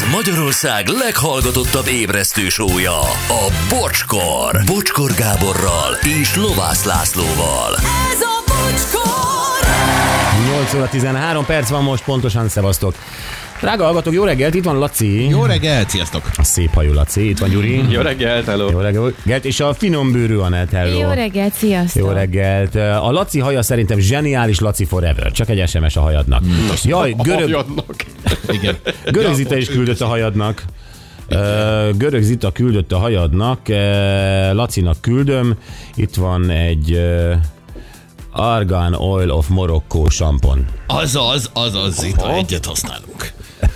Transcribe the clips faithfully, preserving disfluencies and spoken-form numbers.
Ez Magyarország leghallgatottabb ébresztő show-ja, a Bocskor. Bocskor Gáborral és Lovász Lászlóval. Ez a Bocskor! nyolc óra tizenhárom perc van most, pontosan, szevasztok. Drága hallgatók, jó reggelt, itt van Laci. Jó reggelt, sziasztok. A szép hajú Laci, itt van Gyuri. Jó reggelt, hello. Jó reggelt, és a finom bőrű Anett, hello. Jó reggelt, sziasztok. Jó reggelt. A Laci haja szerintem zseniális, Laci forever. Csak egy es em es a hajadnak. Jaj, görög... Igen. Görög Zita is küldött a hajadnak. Uh, Görög Zita küldött a hajadnak, uh, Lacinak küldöm. Itt van egy uh, Argan Oil of Morocco sampon. Azaz, azaz, Zita, egyet használunk.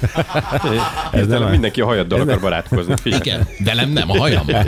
Ez nem mindenki a hajaddal akar barátkozni. Igen, velem nem, a hajammal.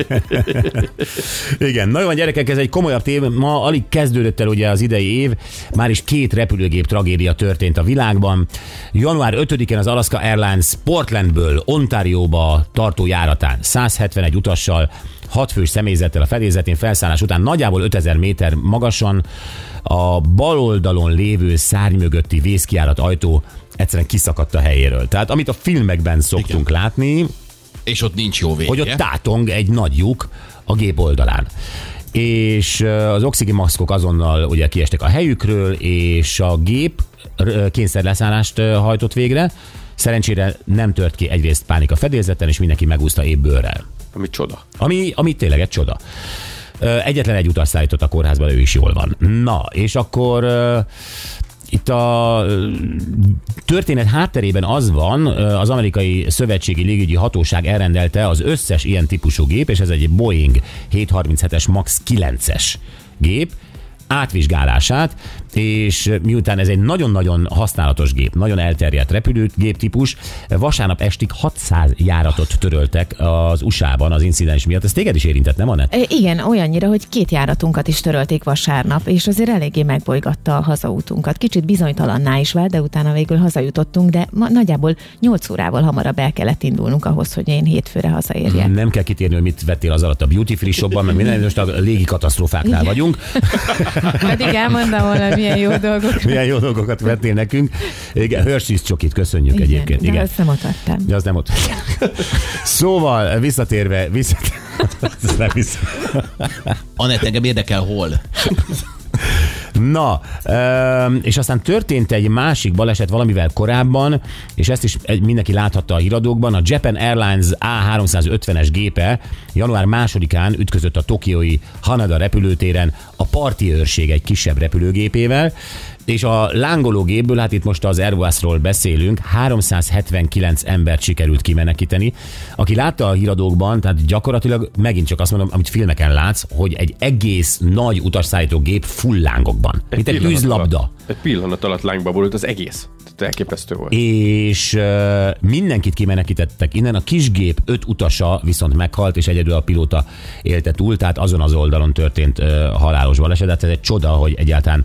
Igen, na jó, gyerekek, ez egy komolyabb téma, alig kezdődött el ugye az idei év, már is két repülőgép tragédia történt a világban. január ötödikén az Alaska Airlines Portlandből Ontarióba tartó járatán száz hetvenegy utassal, hat fős személyzettel a fedélzetén felszállás után nagyjából ötezer méter magasan a bal oldalon lévő szárny mögötti vészkijárat ajtó egyszerűen kiszakadt a helyéről. Tehát amit a filmekben szoktunk Igen. látni, és ott nincs jó vége. hogy ott tátong egy nagy lyuk a gép oldalán. És az oxigénmaszkok azonnal ugye kiestek a helyükről, és a gép kényszerleszállást hajtott végre. Szerencsére nem tört ki egyrészt pánik a fedélzeten, és mindenki megúszta épp bőrrel. Ami csoda. Ami, ami tényleg egy csoda. Egyetlen egy utas szállított a kórházba, ő is jól van. Na, és akkor uh, itt a történet hátterében az van, az amerikai szövetségi légügyi hatóság elrendelte az összes ilyen típusú gép, és ez egy Boeing hétszázharminchetes MAX kilences gép, átvizsgálását, és miután ez egy nagyon-nagyon használatos gép, nagyon elterjedt repülőgép típus, vasárnap estig hatszáz járatot töröltek az u es á-ban az incidens miatt. Ez téged is érintett, nem, Anett? E, igen, olyannyira, hogy két járatunkat is törölték vasárnap, és azért eléggé megbolygatta a hazaútunkat. Kicsit bizonytalanná is vált, de utána végül hazajutottunk, de ma nagyjából nyolc órával hamarabb el kellett indulnunk ahhoz, hogy én hétfőre hazaérjek. Nem kell kitérni, hogy mit vettél az alatt a Beauty Free Shopban, mert minden most a légi katasztrófáknál vagyunk. Pedig elmondtam volna, milyen jó dolgok. Milyen jó dolgokat vettél nekünk. Igen, Hershey's csokit köszönjük Igen, egyébként. De Igen, azt nem ott adtam. De az nem ott. Szóval, visszatérve, visszatérve. Anett, engem érdekel, hol? Na, és aztán történt egy másik baleset valamivel korábban, és ezt is mindenki láthatta a híradókban. A Japan Airlines á háromszázötvenes gépe január másodikán ütközött a tokiói Haneda repülőtéren a parti őrség egy kisebb repülőgépével, és a lángoló gépből, hát itt most az Airbusról beszélünk, háromszázhetvenkilenc embert sikerült kimenekíteni. Aki látta a híradókban, tehát gyakorlatilag megint csak azt mondom, amit filmeken látsz, hogy egy egész nagy utasszállító gép full lángokban. Egy mint egy űzlabda. Alatt, egy pillanat alatt lángba borult az egész. Tehát elképesztő volt. És uh, mindenkit kimenekítettek innen. A kisgép öt utasa viszont meghalt, és egyedül a pilóta élte túl, tehát azon az oldalon történt uh, halálos baleset. Tehát ez egy csoda, hogy egyáltalán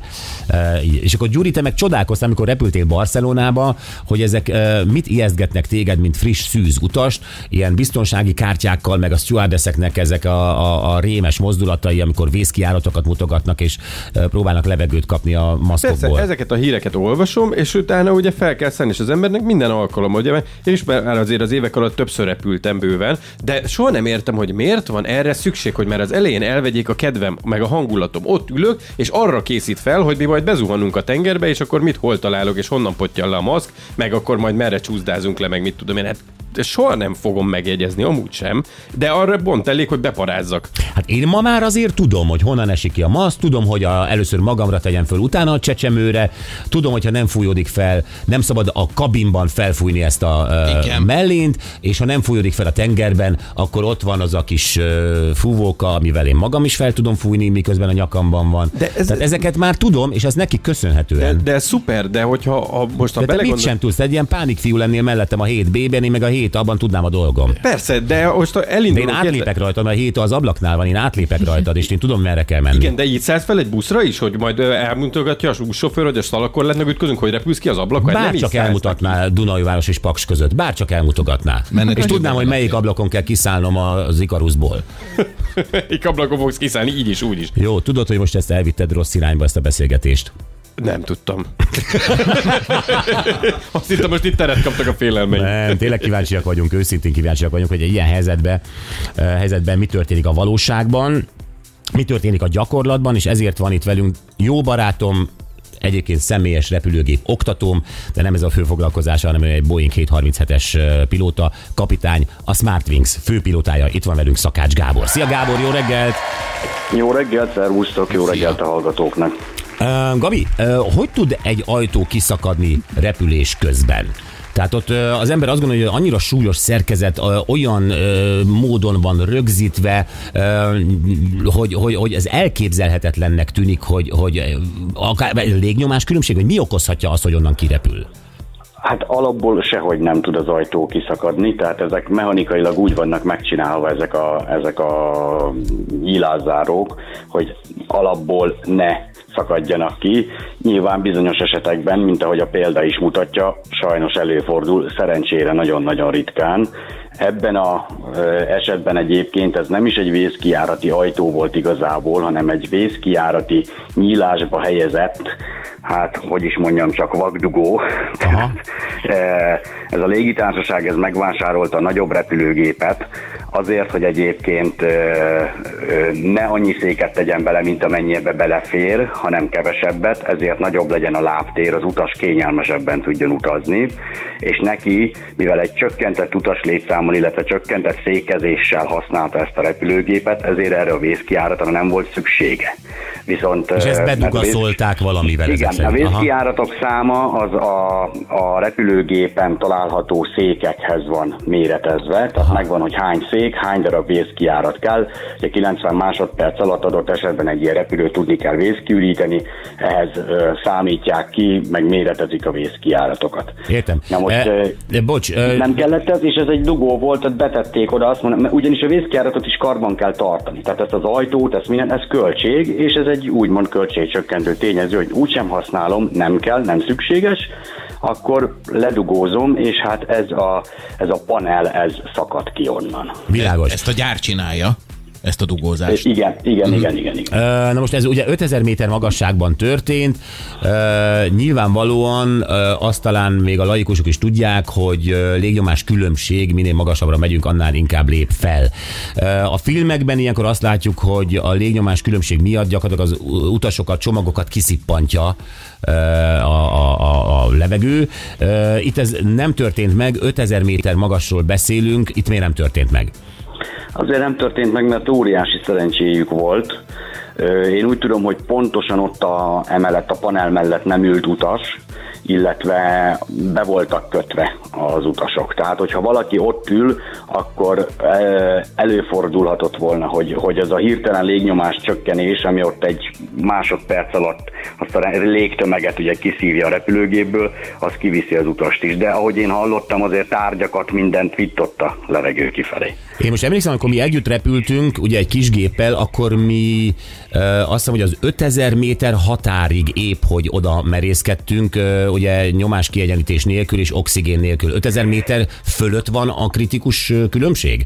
uh, és akkor Gyuri, te meg csodálkoztál, amikor repültél Barcelonába, hogy ezek uh, mit ijesztgetnek téged, mint friss szűz utast, ilyen biztonsági kártyákkal, meg a stewardesseknek ezek a, a, a rémes mozdulatai, amikor vészkijáratokat mutogatnak, és uh, próbálnak levegőt kapni a maszkokból. Persze, ezeket a híreket olvasom, és utána ugye fel kell szenni, és az embernek minden alkalom, ugye, mert én is már azért az évek alatt többször repültem bőven, de soha nem értem, hogy miért van erre szükség, hogy már az elején elvegyék a kedvem, meg a hangulatom. Ott ülök, és arra készít fel, hogy mi majd bezuhanunk a tengerbe, és akkor mit hol találok, és honnan pottyal le a maszk, meg akkor majd merre csúszdázunk le, meg mit tudom én. Hát soha nem fogom megjegyezni, amúgy sem, de arra pont elég, hogy beparázzak. Hát én ma már azért tudom, hogy honnan esik ki a maszk, tudom, hogy a, először magamra tegyem föl, utána a csecsemőre, tudom, hogyha nem fújódik fel, nem szabad a kabinban felfújni ezt a uh, mellént, és ha nem fújódik fel a tengerben, akkor ott van az a kis uh, fúvóka, amivel én magam is fel tudom fújni, miközben a nyakamban van. De ez, Tehát ezeket már tudom, és ez neki köszönhetően. De, de szuper, de hogyha a, most a de te mit sem tudsz, egy ilyen pánikfiú lennél mellettem a hét B-ben, én meg a hét abban tudnám a dolgom. Persze, de most elindulok. De én átlépek rajtad, mert a hét az ablaknál van, én átlépek rajtad, és én tudom, merre kell menni. Igen, de így szállsz fel egy buszra is, hogy majd elmutogatja a buszsofőr, hogy a szalakorlátnak ütközünk, hogy repülsz ki az ablakon. Bár csak elmutatná Dunajváros és Paks között, bár csak elmutogatná. Mennek és tudnám, hogy melyik ablakon kell kiszállnom az Ikarusból. Melyik ablakon fogsz kiszállni, így is, úgy is. Jó, tudod, hogy most ezt elvitted rossz irányba, ezt a beszélgetést. Nem tudtam. Azt hittem, most itt teret kaptak a félelmeim. Nem, tényleg kíváncsiak vagyunk, őszintén kíváncsiak vagyunk, hogy egy ilyen helyzetben, helyzetben mi történik a valóságban, mi történik a gyakorlatban, és ezért van itt velünk jó barátom, egyébként személyes repülőgép oktatóm, de nem ez a fő foglalkozása, hanem egy Boeing hétszázharminchetes pilóta, kapitány, a Smartwings főpilótája. Itt van velünk Szakács Gábor. Szia Gábor, jó reggelt! Jó reggelt, szervusztok, jó reggelt a hallgatóknak. Uh, Gabi, uh, hogy tud egy ajtó kiszakadni repülés közben? Tehát ott az ember azt gondolja, hogy annyira súlyos szerkezet, olyan módon van rögzítve, hogy, hogy, hogy ez elképzelhetetlennek tűnik, hogy, hogy akár légnyomás különbség, hogy mi okozhatja azt, hogy onnan kirepül? Hát alapból sehogy nem tud az ajtó kiszakadni, tehát ezek mechanikailag úgy vannak megcsinálva ezek a, ezek a nyílászárók, hogy alapból ne szakadjanak ki. Nyilván bizonyos esetekben, mint ahogy a példa is mutatja, sajnos előfordul, szerencsére nagyon-nagyon ritkán. Ebben az esetben egyébként ez nem is egy vészkijárati ajtó volt igazából, hanem egy vészkijárati nyílásba helyezett, hát hogy is mondjam, csak vakdugó. Aha. Ez a légitársaság ez megvásárolta a nagyobb repülőgépet, azért, hogy egyébként ne annyi széket tegyen bele, mint amennyibe belefér, hanem kevesebbet, ezért nagyobb legyen a lábtér, az utas kényelmesebben tudjon utazni, és neki, mivel egy csökkentett utas létszámmal, illetve csökkentett székezéssel használta ezt a repülőgépet, ezért erre a vészkijáratra nem volt szüksége. Viszont, és ezt bedugaszolták vész... valamivel. Igen, a vészkijáratok száma az a, a repülőgépen található székekhez van méretezve, tehát Aha. megvan, hogy hány szék, hány darab vészkijárat kell. Ugye kilencven másodperc alatt adott esetben egy ilyen repülőt tudni kell vészkiüríteni, ehhez ö, számítják ki, meg méretezik a vészkijáratokat. Értem. Na most e, de bocs, e, nem kellett ez, és ez egy dugó volt, tehát betették oda, azt mondom, ugyanis a vészkijáratot is karban kell tartani. Tehát ezt az ajtót, ezt minden, ez költség, és ez egy úgymond költségcsökkentő tényező, hogy úgysem használom, nem kell, nem szükséges, akkor ledugózom, és hát ez a, ez a panel, ez szakad ki onnan. Világos. Ezt a gyár csinálja, ezt a dugózást. Igen, igen, mm. igen, igen, igen. Na most ez ugye ötezer méter magasságban történt, nyilvánvalóan azt talán még a laikusok is tudják, hogy légnyomás különbség, minél magasabbra megyünk, annál inkább lép fel. A filmekben ilyenkor azt látjuk, hogy a légnyomás különbség miatt gyakorlatilag az utasokat, csomagokat kiszippantja a, a, a, a levegő. Itt ez nem történt meg, ötezer méter magasról beszélünk, itt miért nem történt meg? Azért nem történt meg, mert óriási szerencséjük volt. Én úgy tudom, hogy pontosan ott a, emellett a panel mellett nem ült utas, illetve be voltak kötve az utasok. Tehát, hogyha valaki ott ül, akkor előfordulhatott volna, hogy, hogy ez a hirtelen légnyomás csökkenés, ami ott egy másodperc alatt azt a légtömeget ugye kiszívja a repülőgépből, az kiviszi az utast is. De ahogy én hallottam, azért tárgyakat, mindent vitt ott a levegő kifelé. Én most emlékszem, amikor mi együtt repültünk, ugye egy kis géppel, akkor mi e, azt hiszem, hogy az ötezer méter határig épp, hogy oda merészkedtünk, e, ugye nyomás kiegyenlítés nélkül és oxigén nélkül. ötezer méter fölött van a kritikus különbség?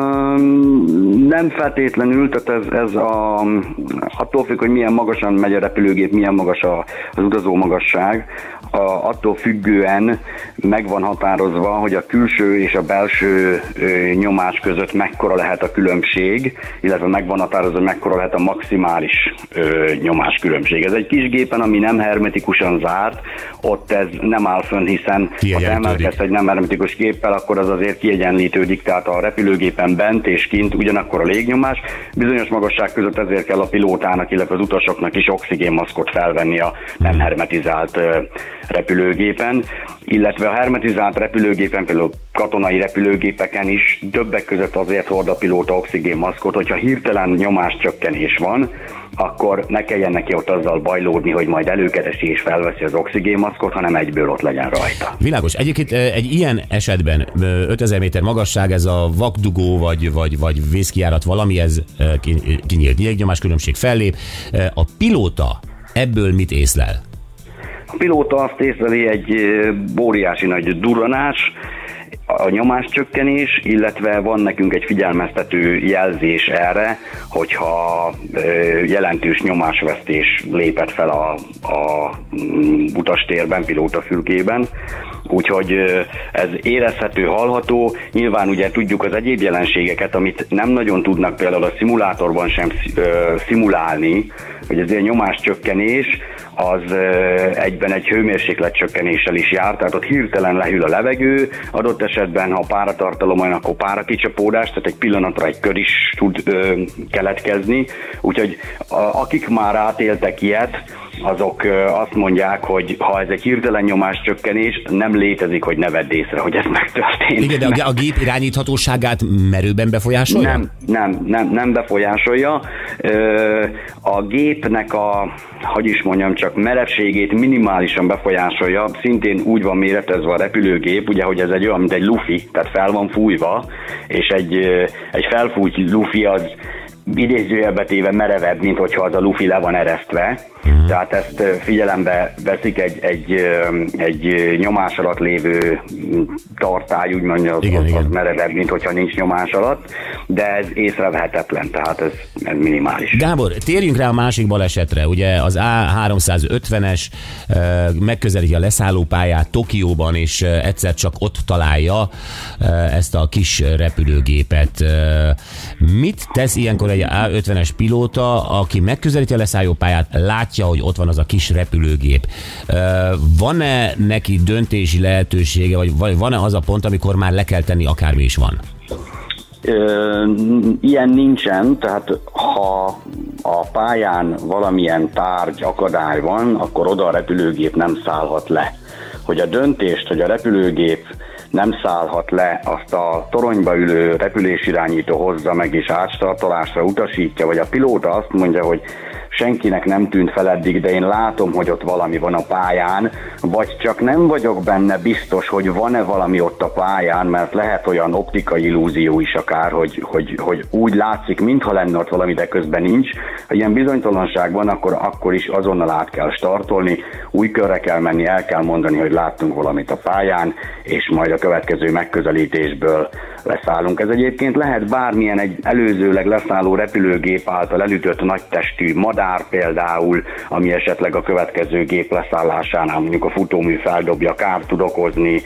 Um, nem feltétlenül, tehát ez, ez a, attól függ, hogy milyen magasan megy a repülőgép, milyen magas a, az utazó magasság, a, attól függően meg van határozva, hogy a külső és a belső ö, nyomás között mekkora lehet a különbség, illetve meg van határozva, hogy mekkora lehet a maximális ö, nyomás különbség. Ez egy kis gépen, ami nem hermetikusan zárt, ott ez nem áll fönn, hiszen ha emelkedsz egy nem hermetikus géppel, akkor az azért kiegyenlítődik, tehát a repülőgépen bent és kint ugyanakkor a légnyomás. Bizonyos magasság között ezért kell a pilótának, illetve az utasoknak is oxigénmaszkot felvenni a nem hermetizált ö, repülőgépen, illetve a hermetizált repülőgépen, például katonai repülőgépeken is többek között azért hord a pilóta oxigénmaszkot, hogyha hirtelen nyomáscsökkenés van, akkor ne kelljen neki ott azzal bajlódni, hogy majd előkeresi és felveszi az oxigénmaszkot, hanem egyből ott legyen rajta. Világos. Egyébként egy ilyen esetben ötezer méter magasság, ez a vakdugó vagy, vagy, vagy vészkijárat valami, ez kinyílt légnyomás különbség fellép. A pilóta ebből mit észlel? A pilóta azt észleli, egy óriási nagy durranás, a nyomáscsökkenés, illetve van nekünk egy figyelmeztető jelzés erre, hogyha jelentős nyomásvesztés lépett fel a, a utastérben, pilótafülkében. Úgyhogy ez érezhető, hallható. Nyilván ugye tudjuk az egyéb jelenségeket, amit nem nagyon tudnak például a szimulátorban sem szimulálni, hogy ez a nyomáscsökkenés az egyben egy hőmérsékletcsökkenéssel is jár, tehát ott hirtelen lehűl a levegő, adott esetben, ha páratartalom olyan, akkor párakicsapódás, tehát egy pillanatra egy kör is tud ö, keletkezni, úgyhogy a, akik már átéltek ilyet, azok azt mondják, hogy ha ez egy hirtelen nyomáscsökkenés, nem létezik, hogy ne vedd észre, hogy ez megtörtént. Igen, de a gép irányíthatóságát merőben befolyásolja? Nem, nem, nem, nem befolyásolja. A gépnek a, hogy is mondjam, csak merevségét minimálisan befolyásolja. Szintén úgy van méretezve a repülőgép, ugye, hogy ez egy olyan, mint egy lufi, tehát fel van fújva, és egy, egy felfújt lufi az idézőjelbe téve merevebb, mint hogyha az a lufi le van eresztve. Mm. Tehát ezt figyelembe veszik egy, egy, egy nyomás alatt lévő tartály, úgy mondja, az, igen, az, az merevebb, mint hogyha nincs nyomás alatt, de ez észrevehetetlen, tehát ez, ez minimális. Gábor, térjünk rá a másik balesetre. Ugye az á háromszázötvenes megközelíti a leszállópályát Tokióban, és egyszer csak ott találja ezt a kis repülőgépet. Mit tesz ilyenkor egy á ötvenes pilóta, aki megközelíti a leszállópályát, látja, hogy ott van az a kis repülőgép. Van-e neki döntési lehetősége, vagy van-e az a pont, amikor már le kell tenni, akármi is van? Ilyen nincsen, tehát ha a pályán valamilyen tárgy, akadály van, akkor oda a repülőgép nem szállhat le. Hogy a döntést, hogy a repülőgép nem szállhat le, azt a toronyba ülő repülésirányító hozza meg és átstartolásra utasítja, vagy a pilóta azt mondja, hogy senkinek nem tűnt fel eddig, de én látom, hogy ott valami van a pályán, vagy csak nem vagyok benne biztos, hogy van-e valami ott a pályán, mert lehet olyan optikai illúzió is akár, hogy, hogy, hogy úgy látszik, mintha lenne ott valami, de közben nincs. Ha ilyen bizonytalanság van, akkor, akkor is azonnal át kell startolni, új körre kell menni, el kell mondani, hogy láttunk valamit a pályán, és majd a következő megközelítésből leszállunk. Ez egyébként lehet bármilyen egy előzőleg leszálló repülőgép által elütött nagytestű madár például, ami esetleg a következő gép leszállásánál mondjuk a futómű feldobja, kárt tud okozni,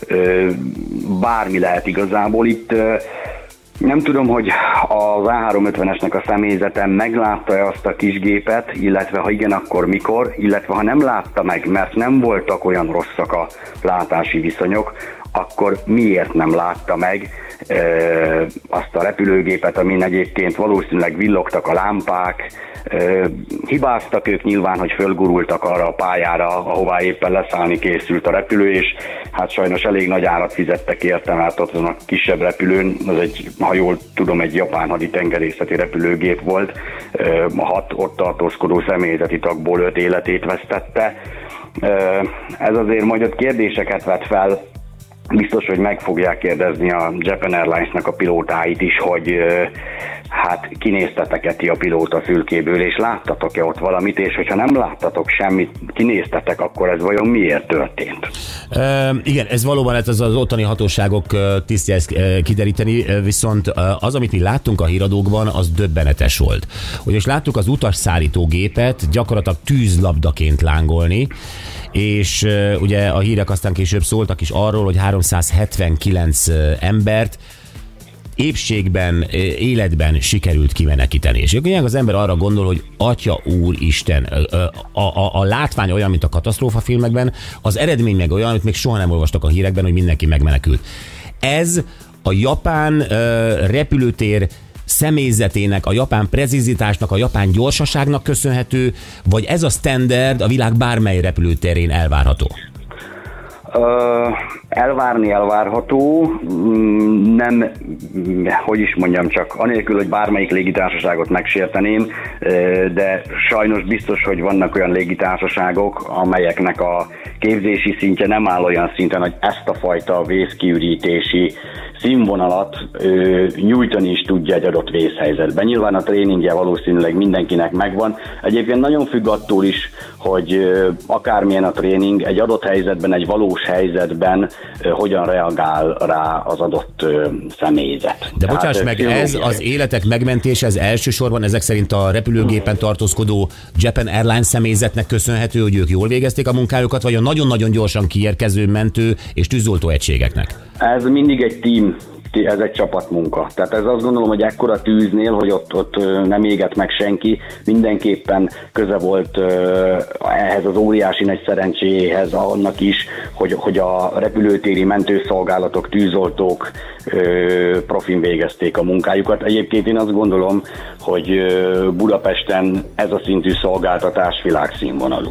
bármi lehet igazából. Itt nem tudom, hogy az á háromszázötvenesnek a személyzete meglátta-e azt a kis gépet, illetve ha igen, akkor mikor, illetve ha nem látta meg, mert nem voltak olyan rosszak a látási viszonyok, akkor miért nem látta meg e, azt a repülőgépet, amin egyébként valószínűleg villogtak a lámpák, e, hibáztak ők nyilván, hogy fölgurultak arra a pályára, ahová éppen leszállni készült a repülő, és hát sajnos elég nagy árat fizettek érte, mert ott van a kisebb repülőn, az egy, ha jól tudom, egy japán haditengerészeti repülőgép volt, e, a hat ott tartózkodó személyzeti tagból öt életét vesztette. E, ez azért majd ott kérdéseket vet fel. Biztos, hogy meg fogják kérdezni a Japan Airlines-nak a pilótáit is, hogy hát kinéztetek-e ti a pilóta fülkéből, és láttatok-e ott valamit, és hogyha nem láttatok semmit, kinéztetek, akkor ez vajon miért történt? E, igen, ez valóban ez az, az ottani hatóságok tisztje ezt kideríteni, viszont az, amit mi láttunk a híradókban, az döbbenetes volt. Ugyanis láttuk az utasszállítógépet gyakorlatilag tűzlabdaként lángolni, és uh, ugye a hírek aztán később szóltak is arról, hogy háromszázhetvenkilenc embert épségben, életben sikerült kimenekíteni. És akkor az ember arra gondol, hogy Atya Úristen, a, a, a látvány olyan, mint a katasztrófa filmekben, az eredmény meg olyan, amit még soha nem olvastak a hírekben, hogy mindenki megmenekült. Ez a japán uh, repülőtér személyzetének, a japán precizitásnak, a japán gyorsaságnak köszönhető, vagy ez a standard a világ bármely repülőterén elvárható? Uh, elvárni elvárható, nem, hogy is mondjam csak, anélkül, hogy bármelyik légitársaságot megsérteném, de sajnos biztos, hogy vannak olyan légitársaságok, amelyeknek a képzési szintje nem áll olyan szinten, hogy ezt a fajta vészkiürítési színvonalat ö, nyújtani is tudja egy adott vészhelyzetben. Nyilván a tréningje valószínűleg mindenkinek megvan. Egyébként nagyon függ attól is, hogy ö, akármilyen a tréning, egy adott helyzetben, egy valós helyzetben ö, hogyan reagál rá az adott ö, személyzet. De Tehát, bocsáss meg, ez az életek megmentése, ez elsősorban ezek szerint a repülőgépen tartózkodó Japan Airlines személyzetnek köszönhető, hogy ők jól végezték a munkájukat, vagy a nagyon-nagyon gyorsan kiérkező mentő és tűzoltó egységeknek? Ez mindig egy team, ez egy csapatmunka. Tehát ez azt gondolom, hogy ekkora tűznél, hogy ott, ott nem éget meg senki, mindenképpen köze volt ehhez az óriási nagy szerencséhez annak is, hogy, hogy a repülőtéri mentőszolgálatok, tűzoltók profin végezték a munkájukat. Egyébként én azt gondolom, hogy Budapesten ez a szintű szolgáltatás világszínvonalú.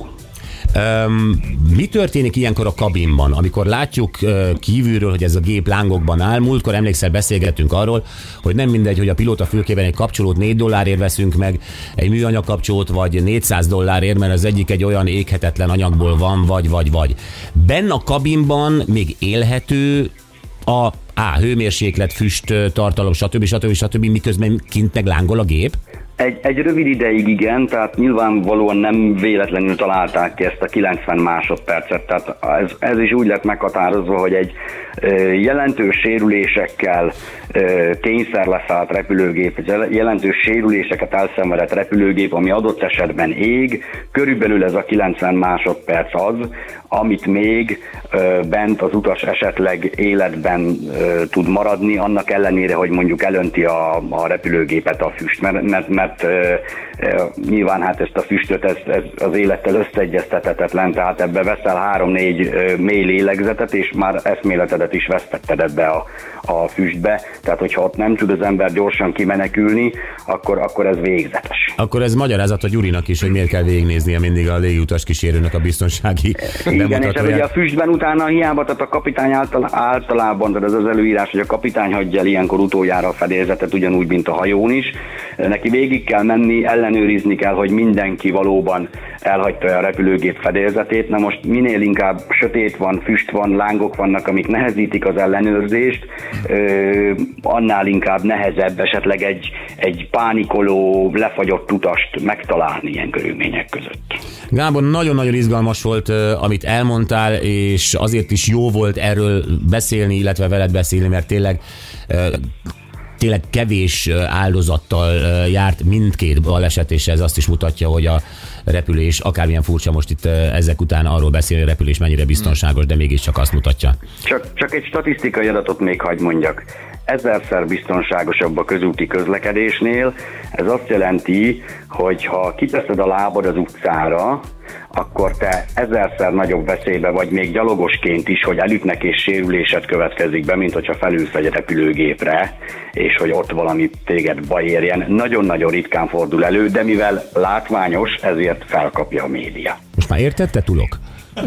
Um, mi történik ilyenkor a kabinban, amikor látjuk uh, kívülről, hogy ez a gép lángokban áll? Múltkor emlékszel, beszélgettünk arról, hogy nem mindegy, hogy a pilóta fülkében egy kapcsolót négy dollárért veszünk meg, egy műanyag kapcsolót, vagy négyszáz dollárért, mert az egyik egy olyan éghetetlen anyagból van, vagy, vagy, vagy. Benne a kabinban még élhető a á, hőmérséklet, füst, tartalom, stb. stb. stb. Miközben kint meg lángol a gép? Egy, egy rövid ideig igen, tehát nyilvánvalóan nem véletlenül találták ki ezt a kilencven másodpercet, tehát ez, ez is úgy lett meghatározva, hogy egy ö, jelentős sérülésekkel ö, kényszerleszállt repülőgép, jelentős sérüléseket elszenvedett repülőgép, ami adott esetben ég, körülbelül ez a kilencven másodperc az, amit még ö, bent az utas esetleg életben ö, tud maradni, annak ellenére, hogy mondjuk elönti a, a repülőgépet a füst, mert, mert, mert mert uh, uh, nyilván hát ezt a füstöt ez, ez az élettel összeegyeztethetetlen, tehát ebbe veszel három-négy uh, mély lélegzetet, és már eszméletedet is vesztetted ebbe a, a füstbe, tehát hogyha ott nem tud az ember gyorsan kimenekülni, akkor, akkor ez végzetes. Akkor ez magyarázat a Gyurinak is, hogy miért kell végignéznie mindig a légiutas kísérőnek a biztonsági Igen, és ugye a füstben utána hiába, tehát a kapitány által, általában, tehát ez az előírás, hogy a kapitány hagyja el ilyenkor utoljára a fedélzetet, ugyanúgy, mint a hajón is. Neki végig kell menni, ellenőrizni kell, hogy mindenki valóban elhagyta a repülőgép fedélzetét. Na most minél inkább sötét van, füst van, lángok vannak, amik nehezítik az ellenőrzést, ö, annál inkább nehezebb esetleg egy, egy pánikoló, lefagyott utast megtalálni ilyen körülmények között. Gábor, nagyon-nagyon izgalmas volt, amit elmondtál, és azért is jó volt erről beszélni, illetve veled beszélni, mert tényleg tényleg kevés áldozattal járt mindkét baleset, és ez azt is mutatja, hogy a repülés, akármilyen furcsa most itt ezek után arról beszélni, hogy a repülés mennyire biztonságos, de mégiscsak azt mutatja. Csak, csak egy statisztikai adatot még hagy mondjak. Ezerszer biztonságosabb a közúti közlekedésnél. Ez azt jelenti, hogy ha kiteszed a lábad az utcára, akkor te ezerszer nagyobb veszélybe vagy még gyalogosként is, hogy elütnek és sérülésed következik be, mint hogyha felülsz egy repülőgépre, és hogy ott valami téged baj érjen. Nagyon-nagyon ritkán fordul elő, de mivel látványos, ezért felkapja a média. Most már érted, te tulok?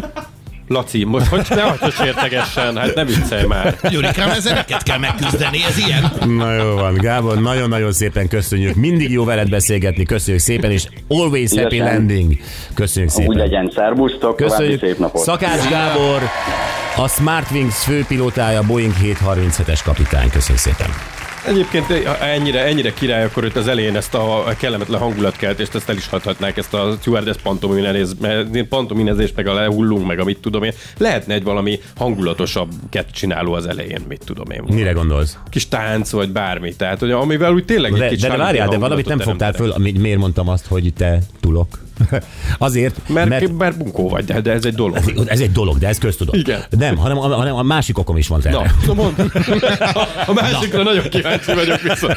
Laci, most hogy ne hagyj sértegessen, hát ne viccelj már. Gyurikám, ezzel neked kell megküzdeni, ez ilyen. Na jó van, Gábor, nagyon-nagyon szépen köszönjük. Mindig jó veled beszélgetni, köszönjük szépen, és always happy Szívesen. landing. Köszönjük szépen. Úgy legyen, szervusztok, további szép napot. Szakács Gábor, a Smartwings főpilotája, Boeing hétszázharminchetes kapitány. Köszönjük szépen. Egyébként ennyire, ennyire király, akkor itt az elején ezt a kellemetlen hangulatkeltést, ezt el is hathatnák, ezt a stewardess pantominezést, meg a lehullunk, meg amit tudom én. Lehetne egy valami hangulatosabb kett csináló az elején, mit tudom én. Mire gondolsz? Kis tánc, vagy bármi. Tehát, hogy amivel úgy tényleg de, egy kicsit... De, de várjál, de valamit nem fogtál föl, miért mondtam azt, hogy te tulok? Azért, mert, mert... mert bunkó vagy, de, de ez egy dolog. Ez, ez egy dolog, de ez köztudott. Igen. Nem, hanem, hanem a másik okom is van erre. Na, na mondd. A másikra nagyon kíváncsi vagyok viszont.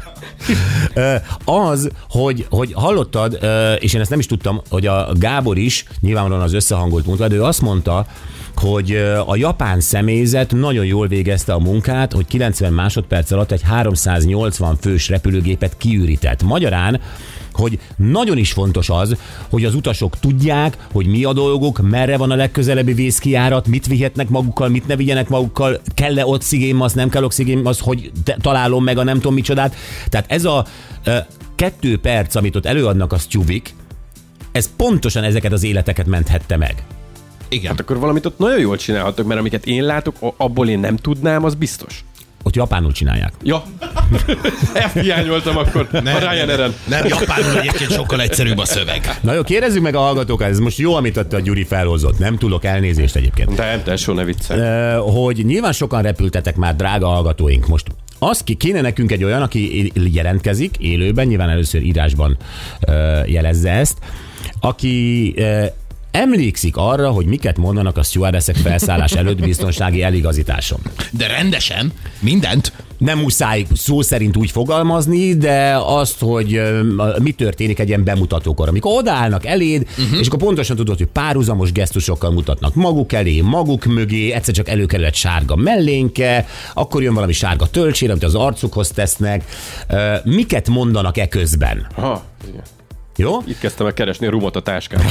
Az, hogy, hogy hallottad, és én ezt nem is tudtam, hogy a Gábor is, nyilvánvalóan az összehangolt munkát, de ő azt mondta, hogy a japán személyzet nagyon jól végezte a munkát, hogy kilencven másodperc alatt egy háromszáznyolcvan fős repülőgépet kiürített. Magyarán, hogy nagyon is fontos az, hogy az utasok tudják, hogy mi a dolguk, merre van a legközelebbi vészkijárat, mit vihetnek magukkal, mit ne vigyenek magukkal, kell-e oxigénmasz, nem kell oxigénmasz, hogy találom meg a nem tudom micsodát. Tehát ez a e, kettő perc, amit ott előadnak a sztjuvik, ez pontosan ezeket az életeket menthette meg. Igen. Hát akkor valamit ott nagyon jól csinálhatok, mert amiket én látok, abból én nem tudnám, az biztos. Ott japánul csinálják. Ja, ezt hiányoltam akkor Nem, a Ryanair-en. nem japánul, egyébként sokkal egyszerűbb a szöveg. Na jó, kérdezzük meg a hallgatókat, ez most jó, amit ott a Gyuri felhozott, nem tudok, elnézést egyébként. De, de soha ne viccelj. E, hogy nyilván sokan repültetek már, drága hallgatóink, most az ki kéne nekünk egy olyan, aki jelentkezik élőben, nyilván először írásban e, jelezze ezt, aki e, emlékszik arra, hogy miket mondanak a stewardessek felszállás előtt biztonsági eligazításon. De rendesen, mindent. Nem muszáj szó szerint úgy fogalmazni, de azt, hogy uh, mi történik egy ilyen bemutatókor, amikor odaállnak eléd, uh-huh. és akkor pontosan tudod, hogy párhuzamos gesztusokkal mutatnak maguk elé, maguk mögé, egyszer csak előkerül egy sárga mellénke, akkor jön valami sárga tölcsér, amit az arcukhoz tesznek. Uh, miket mondanak e közben? Ha, igen. Jó? Itt kezdtem el keresni a rumot a táskában.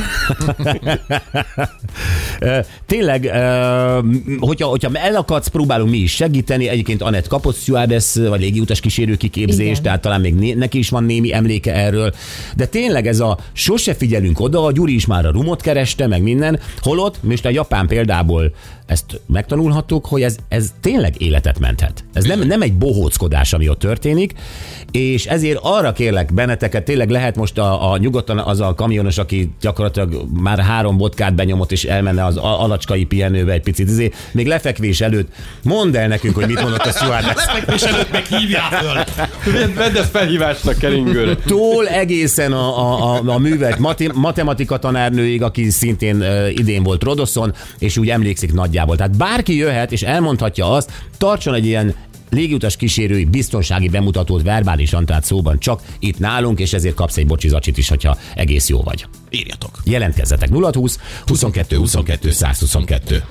Tényleg, hogyha, hogyha elakadsz, próbálunk mi is segíteni. Egyébként Anett kapott stewardess, vagy légiutas kísérő kiképzés, igen. Tehát talán még né- neki is van némi emléke erről. De tényleg ez a sose figyelünk oda, a Gyuri is már a rumot kereste, meg minden. Holott, most a japán példából ezt megtanulhattuk, hogy ez, ez tényleg életet menthet. Ez nem, nem egy bohóckodás, ami ott történik, és ezért arra kérlek benneteket, tényleg lehet most a, a nyugodtan az a kamionos, aki gyakorlatilag már három vodkát benyomott, és elmenne az alacskai pihenőbe egy picit, ezért még lefekvés előtt mondd el nekünk, hogy mit mondott a stewardess. Lefekvés előtt meg hívjál föl. Vedd ezt felhívásnak keringőre. Tól egészen a, a, a, a művelt mati- matematika tanárnőig, aki szintén uh, idén volt Rodoszon, és úgy emlékszik nagyjából. Tehát bárki jöhet, és elmondhatja azt, tartson egy ilyen légiutas kísérői biztonsági bemutatót verbálisan, tehát szóban csak itt nálunk, és ezért kapsz egy bocsizacsit is, hogyha egész jó vagy. Írjatok. Jelentkezzetek nulla húsz huszonkettő huszonkettő százhuszonkettő.